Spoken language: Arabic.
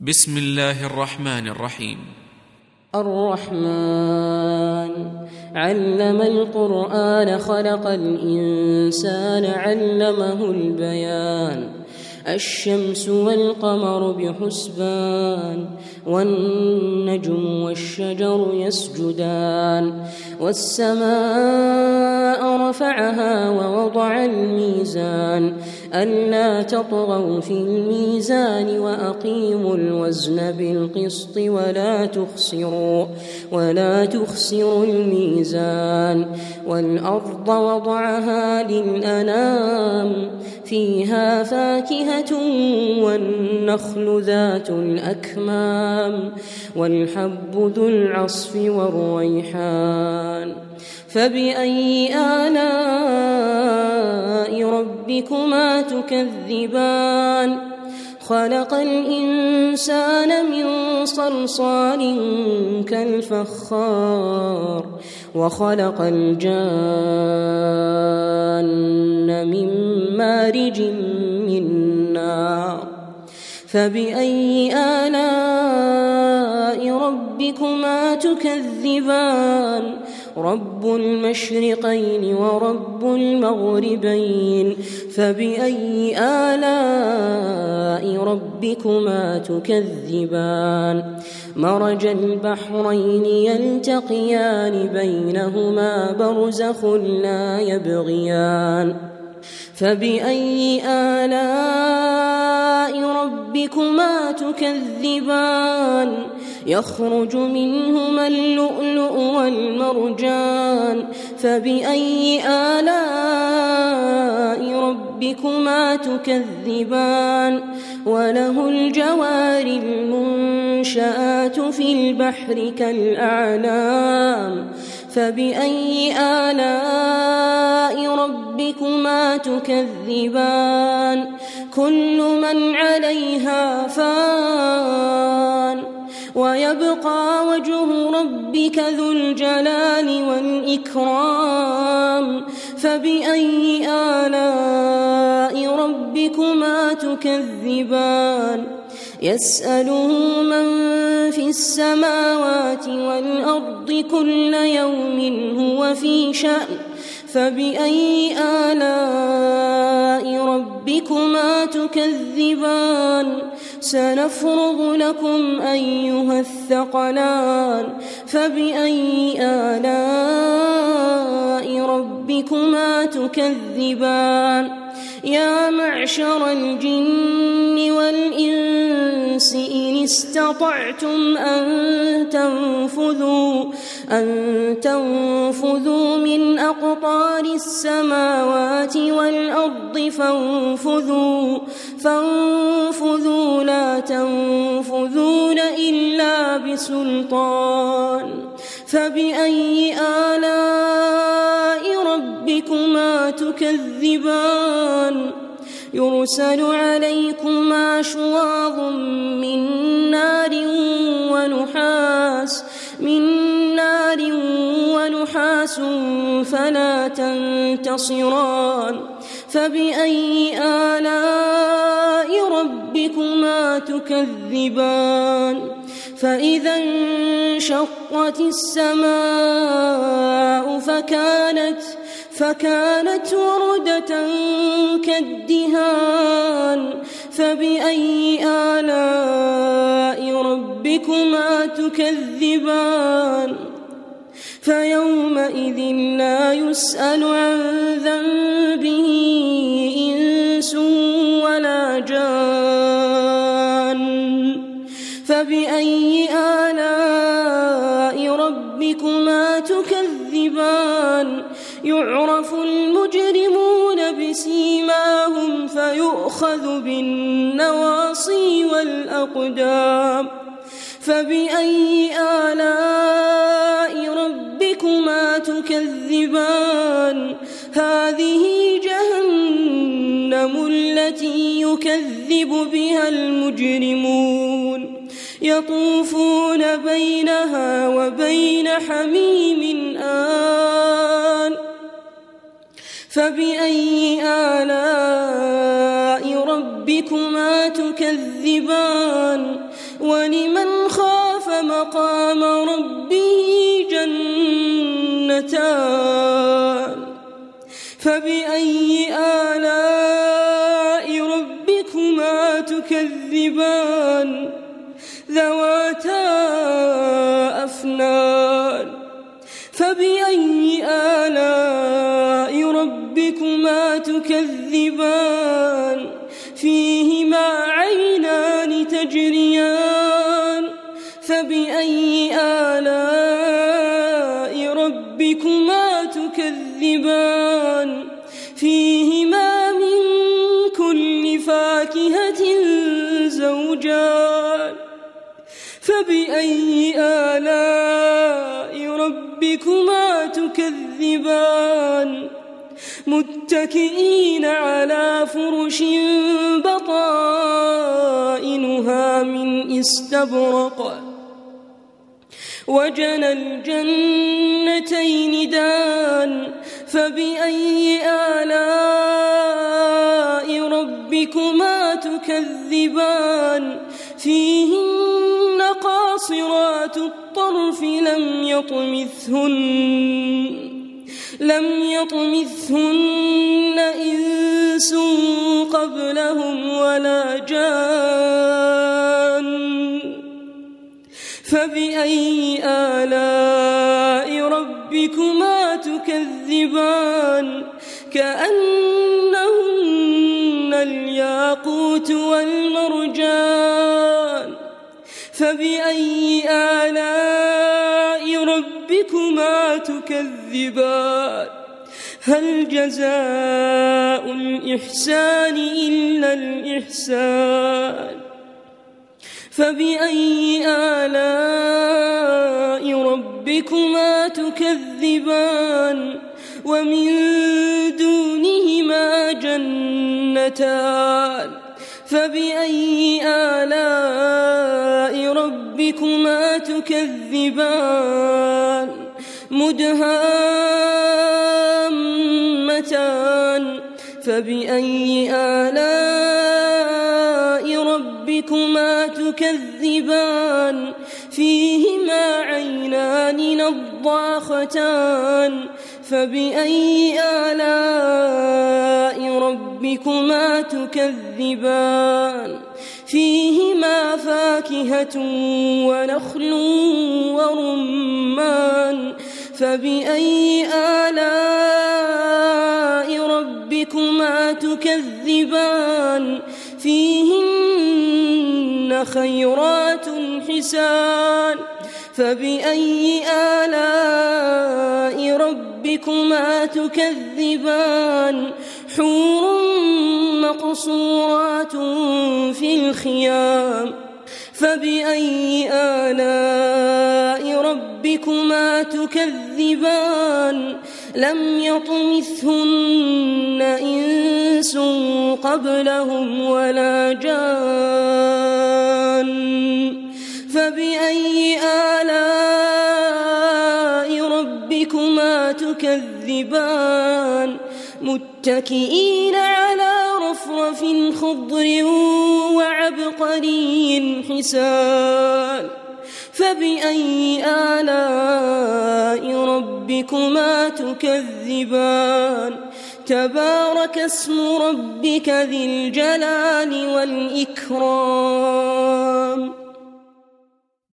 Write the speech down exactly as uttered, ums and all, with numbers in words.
بسم الله الرحمن الرحيم. الرحمن علم القرآن خلق الإنسان علمه البيان. الشمس والقمر بحسبان والنجم والشجر يسجدان والسماء رفعها ووضع الميزان ألا تطغوا في الميزان وأقيموا الوزن بالقسط ولا تخسروا ولا تخسروا الميزان والأرض وضعها للأنام فيها فاكهة والنخل ذات الأكمام والحب ذو العصف والريحان فبأي آلاء ربكما تكذبان خلق الإنسان من صلصال كالفخار وخلق الجان من مارج من نار فبأي آلاء ربكما تكذبان رب المشرقين ورب المغربين فبأي آلاء ربكما تكذبان مرج البحرين يلتقيان بينهما برزخ لا يبغيان فبأي آلاء ربكما تكذبان يخرج منهما اللؤلؤ والمرجان فبأي آلاء ربكما تكذبان وله الجوار المنشآت في البحر كالأعلام فبأي آلاء ربكما تكذبان كل من عليها فان ويبقى وجه ربك ذو الجلال والإكرام فبأي آلاء ربكما تكذبان يسأله من في السماوات والأرض كل يوم هو في شأن فبأي آلاء ربكما تكذبان سنفرغ لكم أيها الثقلان فبأي آلاء ربكما تكذبان يا معشر الجن والإنس إن استطعتم أن تنفذوا أن تنفذوا من أقطار السماوات والأرض فانفذوا فانفذوا لا تنفذون إلا بسلطان فبأي آلاء ربكما تكذبان يرسل عليكما شواظ من نار ونحاس من نار ونحاس فلا تنتصران فبأي آلاء ربكما تكذبان فإذا انشقت السماء فكانت فكانت وردة كالدهان فبأي آلاء ربكما تكذبان فيومئذ لا يسأل عن ذنبه إنس ولا جان فبأي آلاء ربكما تكذبان يعرف المجرمون بسيماهم فيؤخذ بالنواصي والأقدام فبأي آلاء ربكما تكذبان هذه جهنم التي يكذب بها المجرمون يطوفون بينها وبين حميم آن فبأي آلاء ربكما تكذبان ولمن خاف مقام ربه جنتان فبأي آلاء ربكما تكذبان ذواتا أفنان فبأي آلاء ربكما تكذبان فيهما عينان تجريان فبأي آلاء ربكما تكذبان فيهما من كل فاكهة زوجان فبأي آلاء ربكما تكذبان متكئين على فرش بطائنها من استبرق وجنى الجنتين دان فبأي آلاء ربكما تكذبان فيهن قاصرات الطرف لم يطمثهن لم يطمثهن إنس قبلهم ولا جان فبأي آلاء ربكما تكذبان كأنهن الياقوت والمرجان فبأي آلاء ربكما تكذبان هل جزاء الإحسان إلا الإحسان فبأي آلاء ربكما تكذبان ومن دونهما جنتان فبأي آلاء ربكما تكذبان مدهامتان فبأي آلاء ربكما تكذبان فيهما عينان نضاختان فبأي آلاء ربكما تكذبان فيهما فاكهة ونخل ورمان فبأي آلاء ربكما تكذبان فيهن خيرات حسان فبأي آلاء ربكما تكذبان حور مقصورات في الخيام فبأي آلاء ربكما تكذبان لم يطمثهن إنس قبلهم ولا جان فبأي آلاء ربكما تكذبان متكئين على رفرف خضر وعبقري حسان فبأي آلاء ربكما تكذبان تبارك اسم ربك ذي الجلال والإكرام